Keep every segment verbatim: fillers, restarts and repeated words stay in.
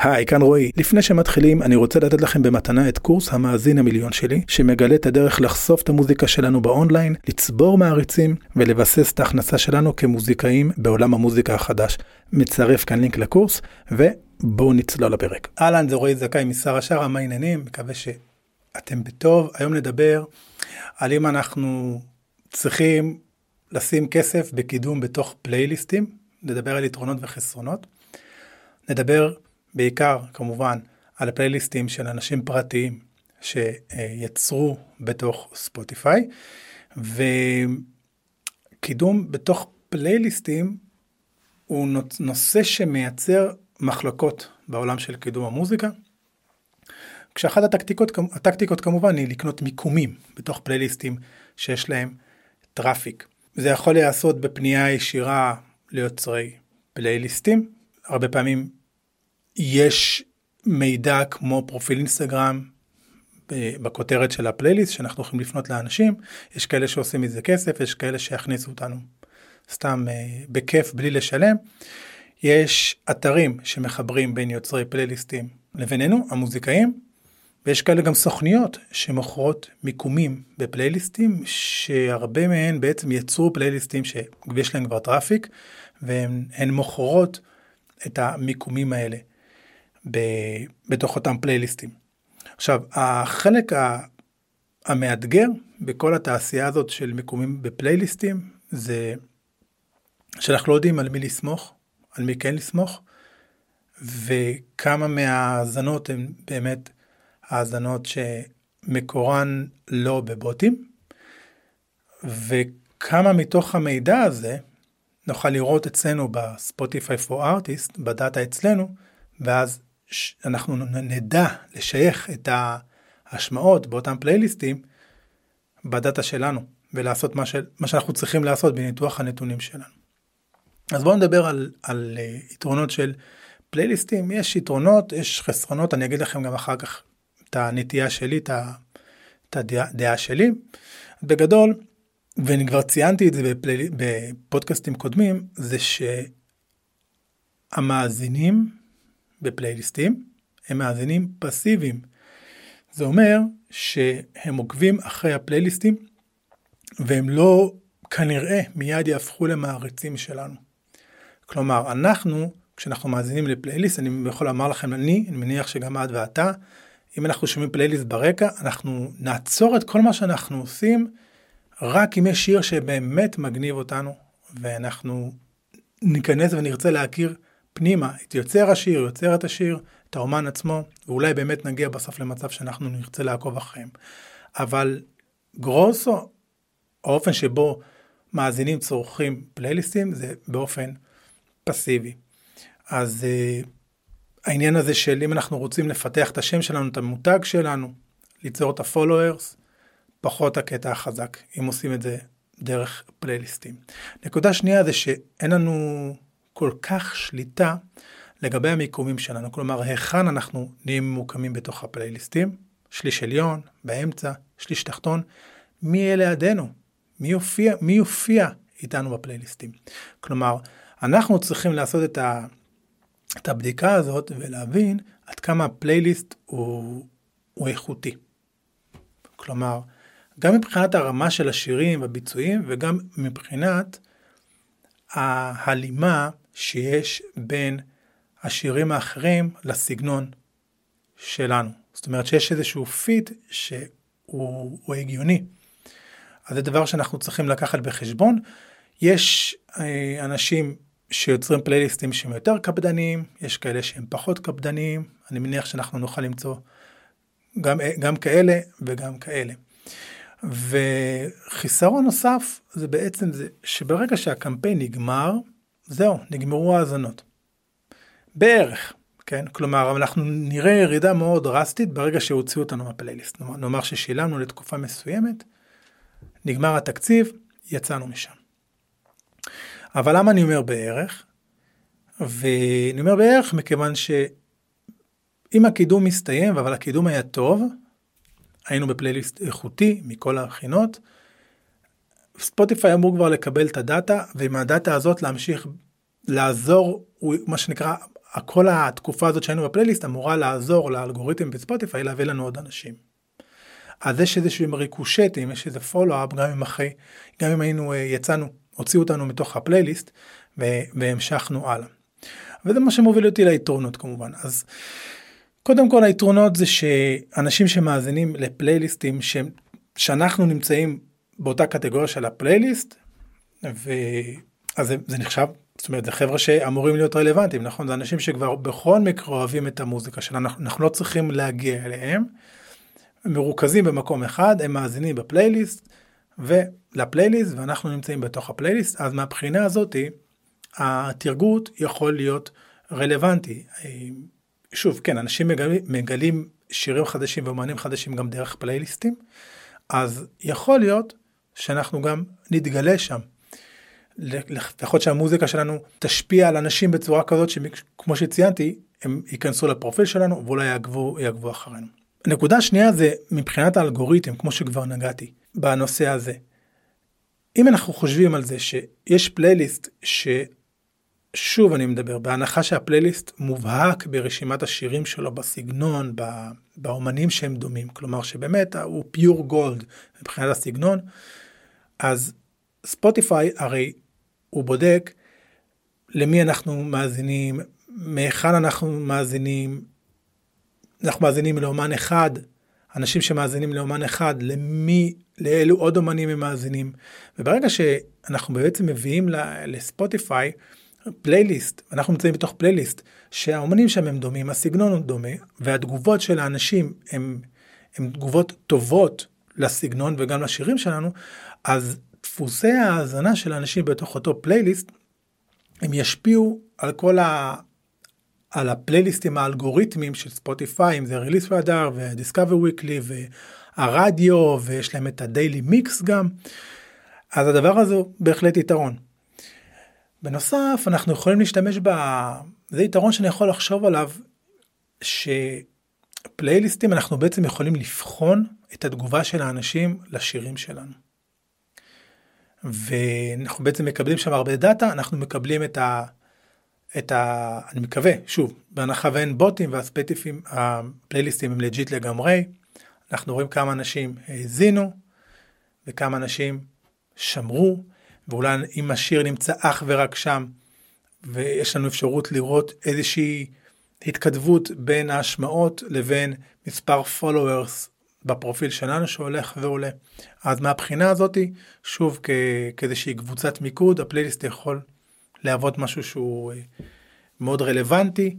היי, כאן רועי. לפני שמתחילים, אני רוצה לתת לכם במתנה את קורס המאזין המיליון שלי, שמגלה את הדרך לחשוף את המוזיקה שלנו באונליין, לצבור מעריצים ולבסס את ההכנסה שלנו כמוזיקאים בעולם המוזיקה החדש. מצרף כאן לינק לקורס, ובואו נצלול לפרק. אהלן, זה רועי זכאי משר השאר, מה העניינים? מקווה שאתם בטוב. היום נדבר על אם אנחנו צריכים לשים כסף בקידום בתוך פלייליסטים, נדבר על יתרונות וחסרונות, נדבר בעיקר כמובן על הפלייליסטים של אנשים פרטיים שיצרו בתוך ספוטיפיי, וקידום בתוך פלייליסטים הוא נושא שמייצר מחלוקות בעולם של קידום המוזיקה, כשאחת הטקטיקות, הטקטיקות כמובן היא לקנות מיקומים בתוך פלייליסטים שיש להם טראפיק. זה יכול להיעשות בפנייה ישירה ליוצרי פלייליסטים, הרבה פעמים יש מידע כמו פרופיל אינסטגרם בכותרת של הפלייליסט שאנחנו יכולים לפנות לאנשים, יש כאלה שעושים מזה כסף, יש כאלה שיכניסו אותנו סתם בכיף בלי לשלם, יש אתרים שמחברים בין יוצרי פלייליסטים לבינינו, המוזיקאים, ויש כאלה גם סוכניות שמוכרות מיקומים בפלייליסטים, שהרבה מהן בעצם יצרו פלייליסטים שיש להם כבר טראפיק, והן מוכרות את המיקומים האלה בתוך אותם פלייליסטים. עכשיו, החלק המאתגר בכל התעשייה הזאת של מיקומים בפלייליסטים, זה שאנחנו לא יודעים על מי לסמוך, על מי כן לסמוך, וכמה מהאזנות הן באמת האזנות שמקורן לא בבוטים, וכמה מתוך המידע הזה נוכל לראות אצלנו בספוטיפיי פור ארטיסט, בדאטה אצלנו, ואז אנחנו נדע לשייך את ההשמעות באותם פלייליסטים בדאטה שלנו, ולעשות מה, של, מה שאנחנו צריכים לעשות בניתוח הנתונים שלנו. אז בואו נדבר על, על יתרונות של פלייליסטים. יש יתרונות, יש חסרונות, אני אגיד לכם גם אחר כך את הנטייה שלי, את, ה, את הדעה שלי. בגדול, ואני כבר ציינתי את זה בפלי, בפודקאסטים קודמים, זה שהמאזינים בפלייליסטים הם מאזינים פסיביים. זה אומר שהם עוקבים אחרי הפלייליסטים, והם לא כנראה מיד יהפכו למעריצים שלנו. כלומר, אנחנו, כשאנחנו מאזינים לפלייליסט, אני יכול לומר לכם, אני, אני מניח שגם את ואתה, אם אנחנו שומעים פלייליסט ברקע, אנחנו נעצור את כל מה שאנחנו עושים, רק אם יש שיר שבאמת מגניב אותנו, ואנחנו ניכנס ונרצה להכיר פנימה את יוצר השיר, יוצר את השיר, את האומן עצמו, ואולי באמת נגיע בסוף למצב שאנחנו נרצה לעקוב אחריהם. אבל גרוסו, האופן שבו מאזינים צורכים פלייליסטים, זה באופן פסיבי. אז uh, העניין הזה של אם אנחנו רוצים לפתח את השם שלנו, את המותג שלנו, ליצור את הפולוורס, פחות הקטע החזק, אם עושים את זה דרך פלייליסטים. נקודה שנייה זה שאין לנו כל כך שליטה לגבי המיקומים שלנו, כלומר, היכן אנחנו נהיים ממוקמים בתוך הפלייליסטים, שליש עליון, באמצע, שליש תחתון, מי יהיה לידינו? מי יופיע, מי יופיע איתנו בפלייליסטים? כלומר, אנחנו צריכים לעשות את, ה, את הבדיקה הזאת ולהבין עד כמה הפלייליסט הוא, הוא איכותי. כלומר, גם מבחינת הרמה של השירים והביצועים, וגם מבחינת ההלימה שיש בין השירים האחרים לסגנון שלנו. זאת אומרת שיש איזשהו פיט שהוא הגיוני. אז זה דבר שאנחנו צריכים לקחת בחשבון. יש אנשים שיוצרים פלייליסטים שהם יותר קפדניים, יש כאלה שהם פחות קפדניים, אני מניח שאנחנו נוכל למצוא גם, גם כאלה וגם כאלה. וחיסרון נוסף זה בעצם זה שברגע שהקמפיין נגמר, זהו, נגמרו האזנות. בערך, כן? כלומר, אנחנו נראה ירידה מאוד דרסטית ברגע שהוציאו אותנו מהפלייליסט. נאמר ששילמנו לתקופה מסוימת, נגמר התקציב, יצאנו משם. אבל למה אני אומר בערך? ואני אומר בערך מכיוון שאם הקידום מסתיים, אבל הקידום היה טוב, היינו בפלייליסט איכותי מכל הבחינות, ספוטיפיי אמור כבר לקבל את הדאטה, ועם הדאטה הזאת להמשיך לעזור, מה שנקרא כל התקופה הזאת שהיינו בפלייליסט אמורה לעזור לאלגוריתם בספוטיפיי להביא לנו עוד אנשים. אז יש איזשהם ריקושטים, יש איזה פולו-אפ, גם אם אחרי, גם אם היינו, יצאנו, הוציאו אותנו מתוך הפלייליסט, והמשכנו הלאה. וזה מה שמוביל אותי ליתרונות כמובן. אז קודם כל היתרונות זה שאנשים שמאזינים לפלייליסטים, ש... שאנחנו נמצאים באותה קטגוריה של הפלייליסט, ואז זה, זה נחשב, זאת אומרת, זה חבר'ה שאמורים להיות רלוונטיים, נכון? זה אנשים שכבר בכל מקרה אוהבים את המוזיקה שלנו, אנחנו, אנחנו לא צריכים להגיע אליהם, הם מרוכזים במקום אחד, הם מאזינים בפלייליסט, ולפלייליסט, ואנחנו נמצאים בתוך הפלייליסט, אז מהבחינה הזאת, התרגות יכול להיות רלוונטי. שוב, כן, אנשים מגלים, מגלים שירים חדשים ואומנים חדשים גם דרך פלייליסטים, אז יכול להיות שאנחנו גם נתגלה שם. יכול שהמוזיקה שלנו תשפיע על אנשים בצורה כזאת, שכמו שציינתי, הם ייכנסו לפרופיל שלנו, ואולי יעקבו, יעקבו אחרינו. הנקודה השנייה זה מבחינת האלגוריתם, כמו שכבר נגעתי בנושא הזה. אם אנחנו חושבים על זה שיש פלייליסט ששוב אני מדבר, בהנחה שהפלייליסט מובהק ברשימת השירים שלו, בסגנון, באומנים שהם דומים, כלומר שבאמת הוא פיור גולד מבחינת הסגנון, אז ספוטיפיי הרי הוא בודק למי אנחנו מאזינים, מהיכן אנחנו מאזינים, אנחנו מאזינים לאומן אחד, אנשים שמאזינים לאומן אחד, למי, לאלו עוד אומנים הם מאזינים, וברגע שאנחנו בעצם מביאים לספוטיפיי פלייליסט, אנחנו נמצאים בתוך פלייליסט, שהאומנים שם הם דומים, הסגנון הוא דומה, והתגובות של האנשים הם, הם תגובות טובות לסגנון וגם לשירים שלנו, אז דפוסי ההאזנה של האנשים בתוך אותו פלייליסט, הם ישפיעו על כל ה... על הפלייליסטים האלגוריתמיים של ספוטיפיי, אם זה ריליס רדאר ודיסקאבר וויקלי והרדיו, ויש להם את הדיילי מיקס גם, אז הדבר הזה הוא בהחלט יתרון. בנוסף, אנחנו יכולים להשתמש ב... זה יתרון שאני יכול לחשוב עליו, שפלייליסטים אנחנו בעצם יכולים לבחון את התגובה של האנשים לשירים שלנו. ואנחנו בעצם מקבלים שם הרבה דאטה, אנחנו מקבלים את ה... את ה... אני מקווה, שוב, בהנחה ואין בוטים והספציפים, הפלייליסטים הם לג'יט לגמרי, אנחנו רואים כמה אנשים האזינו, וכמה אנשים שמרו, ואולי אם השיר נמצא אך ורק שם, ויש לנו אפשרות לראות איזושהי התכתבות בין ההשמעות, לבין מספר followers בפרופיל שלנו שהולך ועולה. אז מהבחינה הזאת, שוב, כ... כאיזושהי קבוצת מיקוד, הפלייליסט יכול להוות משהו שהוא מאוד רלוונטי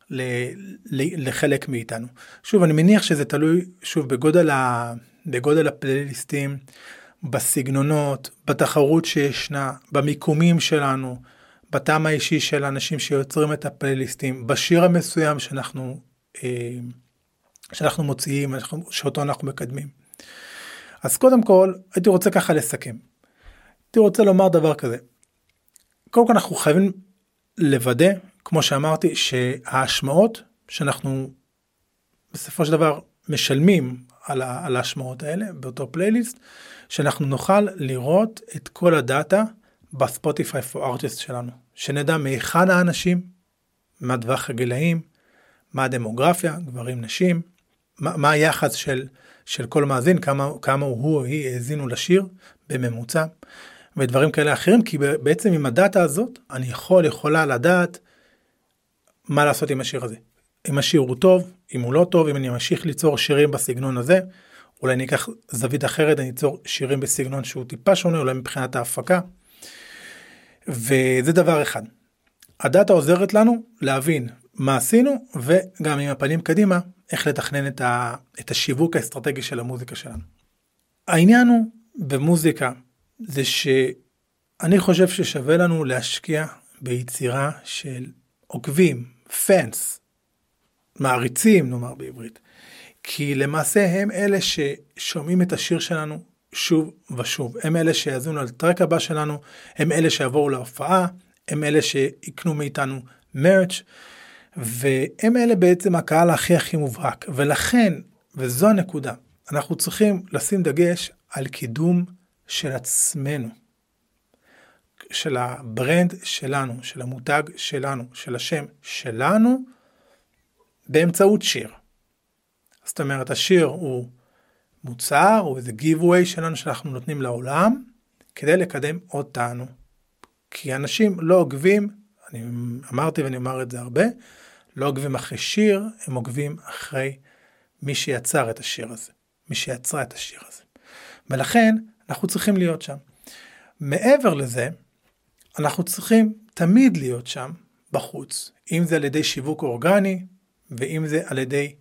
לחלק מאיתנו. שוב, אני מניח שזה תלוי, שוב, בגודל, ה, בגודל הפלייליסטים, בסגנונות, בתחרות שישנה, במיקומים שלנו, בטעם האישי של האנשים שיוצרים את הפלייליסטים, בשיר המסוים שאנחנו, שאנחנו מוציאים, שאותו אנחנו מקדמים. אז קודם כל, הייתי רוצה ככה לסכם. הייתי רוצה לומר דבר כזה. קודם כל אנחנו חייבים לוודא, כמו שאמרתי, שההשמעות שאנחנו בסופו של דבר משלמים על, ה, על ההשמעות האלה, באותו פלייליסט, שאנחנו נוכל לראות את כל הדאטה בספוטיפיי פור ארטיסט שלנו. שנדע מהיכן האנשים, מה טווח הגילאים, מה הדמוגרפיה, גברים, נשים, מה, מה היחס של, של כל מאזין, כמה, כמה הוא או היא האזינו לשיר בממוצע. ודברים כאלה אחרים, כי בעצם עם הדאטה הזאת, אני יכול, יכולה לדעת מה לעשות עם השיר הזה. אם השיר הוא טוב, אם הוא לא טוב, אם אני ממשיך ליצור שירים בסגנון הזה, אולי אני אקח זווית אחרת, אני אצור שירים בסגנון שהוא טיפה שונה, אולי מבחינת ההפקה. וזה דבר אחד. הדאטה עוזרת לנו להבין מה עשינו, וגם עם הפנים קדימה, איך לתכנן את, ה, את השיווק האסטרטגי של המוזיקה שלנו. העניין הוא במוזיקה, זה שאני חושב ששווה לנו להשקיע ביצירה של עוקבים, פאנס, מעריצים, נאמר בעברית. כי למעשה הם אלה ששומעים את השיר שלנו שוב ושוב. הם אלה שיאזינו על הטרק הבא שלנו, הם אלה שיבואו להופעה, הם אלה שיקנו מאיתנו מרץ', והם אלה בעצם הקהל הכי הכי מובהק. ולכן, וזו הנקודה, אנחנו צריכים לשים דגש על קידום של עצמנו. של הברנד שלנו, של המותג שלנו, של השם שלנו, באמצעות שיר. זאת אומרת, השיר הוא מוצר, הוא איזה giveaway שלנו שאנחנו נותנים לעולם, כדי לקדם אותנו. כי אנשים לא עוקבים, אני אמרתי ואני אומר את זה הרבה, לא עוקבים אחרי שיר, הם עוקבים אחרי מי שיצר את השיר הזה, מי שיצרה את השיר הזה. ולכן אנחנו צריכים להיות שם. מעבר לזה, אנחנו צריכים תמיד להיות שם בחוץ, אם זה על ידי שיווק אורגני, ואם זה על ידי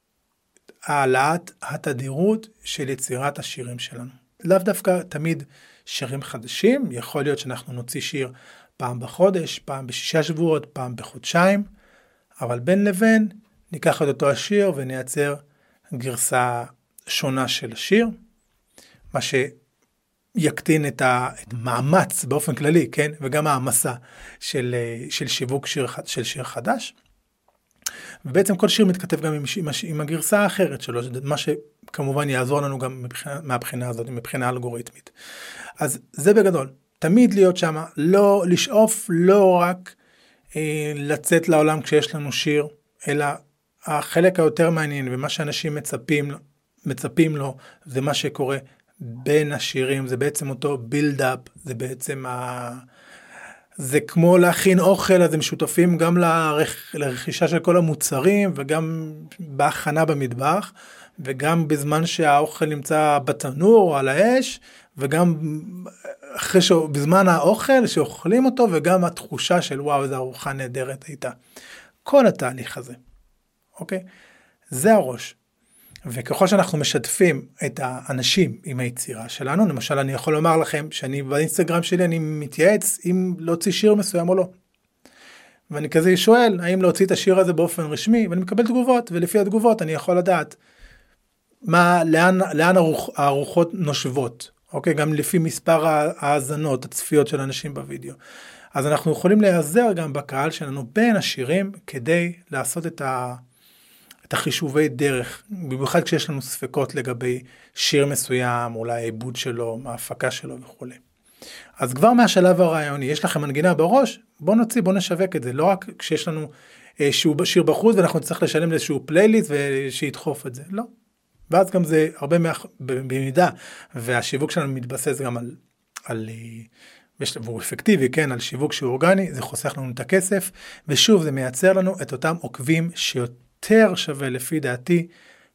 העלאת התדירות של יצירת השירים שלנו. לאו דווקא תמיד שירים חדשים, יכול להיות שאנחנו נוציא שיר פעם בחודש, פעם בשישה שבועות, פעם בחודשיים, אבל בין לבין ניקח את אותו השיר ונייצר גרסה שונה של השיר, מה שיקטין את המאמץ באופן כללי, כן? וגם העמסה של, של שיווק שיר, של שיר חדש. ובעצם כל שיר מתכתב גם עם, עם, עם הגרסה האחרת שלו, מה שכמובן יעזור לנו גם מבחינה, מהבחינה הזאת, מבחינה אלגוריתמית. אז זה בגדול, תמיד להיות שם, לא לשאוף, לא רק אה, לצאת לעולם כשיש לנו שיר, אלא החלק היותר מעניין, ומה שאנשים מצפים, מצפים לו, זה מה שקורה בין השירים, זה בעצם אותו בילד-אפ, זה בעצם ה... זה כמו להכין אוכל, אז הם שותפים גם לרכ... לרכישה של כל המוצרים, וגם בהכנה במטבח, וגם בזמן שהאוכל נמצא בתנור או על האש, וגם אחרי ש... בזמן האוכל שאוכלים אותו, וגם התחושה של וואו, איזו ארוחה נהדרת הייתה. כל התהליך הזה, אוקיי? זה הראש. וככל שאנחנו משתפים את האנשים עם היצירה שלנו, למשל אני יכול לומר לכם שאני באינסטגרם שלי אני מתייעץ אם להוציא שיר מסוים או לא. ואני כזה שואל האם להוציא את השיר הזה באופן רשמי, ואני מקבל תגובות, ולפי התגובות אני יכול לדעת מה, לאן, לאן הרוח, הרוחות נושבות. אוקיי? גם לפי מספר ההאזנות, הצפיות של אנשים בווידאו. אז אנחנו יכולים להיעזר גם בקהל שלנו בין השירים, כדי לעשות את ה... את החישובי דרך, במיוחד כשיש לנו ספקות לגבי שיר מסוים, אולי העיבוד שלו, ההפקה שלו וכו'. אז כבר מהשלב הרעיוני, יש לכם מנגינה בראש, בוא נוציא, בוא נשווק את זה, לא רק כשיש לנו אה, שיר בחוץ, ואנחנו צריך לשלם לאיזשהו פלייליסט ושידחוף את זה, לא. ואז גם זה הרבה מאח... במידה, והשיווק שלנו מתבסס גם על, על והוא אפקטיבי, כן, על שיווק שהוא אורגני, זה חוסך לנו את הכסף, ושוב זה מייצר לנו את אותם עוקבים שיותר, יותר שווה לפי דעתי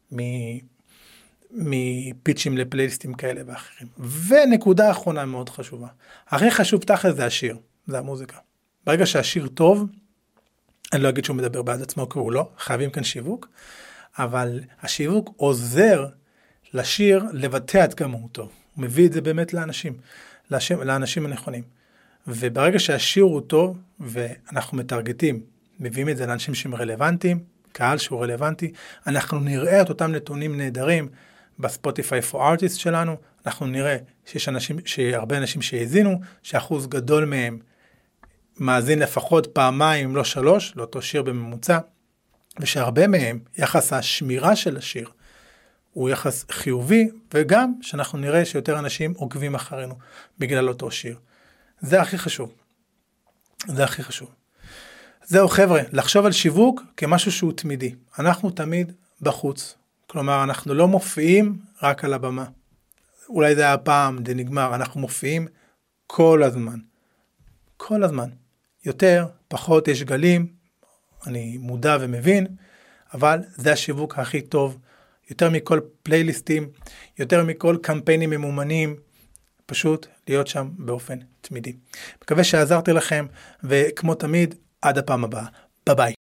מפיצ'ים לפלייליסטים כאלה ואחרים. ונקודה אחרונה מאוד חשובה. הכי חשוב תכל'ס זה השיר, זה המוזיקה. ברגע שהשיר טוב, אני לא אגיד שהוא מדבר בעד עצמו כי הוא לא, חייבים כאן שיווק, אבל השיווק עוזר לשיר לבטא עד כמה הוא טוב. הוא מביא את זה באמת לאנשים, לאנשים הנכונים. וברגע שהשיר הוא טוב, ואנחנו מטרגטים, מביאים את זה לאנשים שהם רלוונטיים, קהל שהוא רלוונטי, אנחנו נראה את אותם נתונים נהדרים בספוטיפיי for artists שלנו, אנחנו נראה שיש אנשים, שהרבה אנשים שהאזינו, שאחוז גדול מהם מאזין לפחות פעמיים, אם לא שלוש, לאותו שיר בממוצע, ושהרבה מהם, יחס השמירה של השיר, הוא יחס חיובי, וגם שאנחנו נראה שיותר אנשים עוקבים אחרינו, בגלל אותו שיר. זה הכי חשוב. זה הכי חשוב. זהו חבר'ה, לחשוב על שיווק כמשהו שהוא תמידי. אנחנו תמיד בחוץ. כלומר, אנחנו לא מופיעים רק על הבמה. אולי זה היה פעם, זה נגמר. אנחנו מופיעים כל הזמן. כל הזמן. יותר, פחות, יש גלים. אני מודע ומבין. אבל זה השיווק הכי טוב. יותר מכל פלייליסטים, יותר מכל קמפיינים ממומנים. פשוט להיות שם באופן תמידי. מקווה שעזרתי לכם, וכמו תמיד, עד הפעם הבאה. ביי ביי.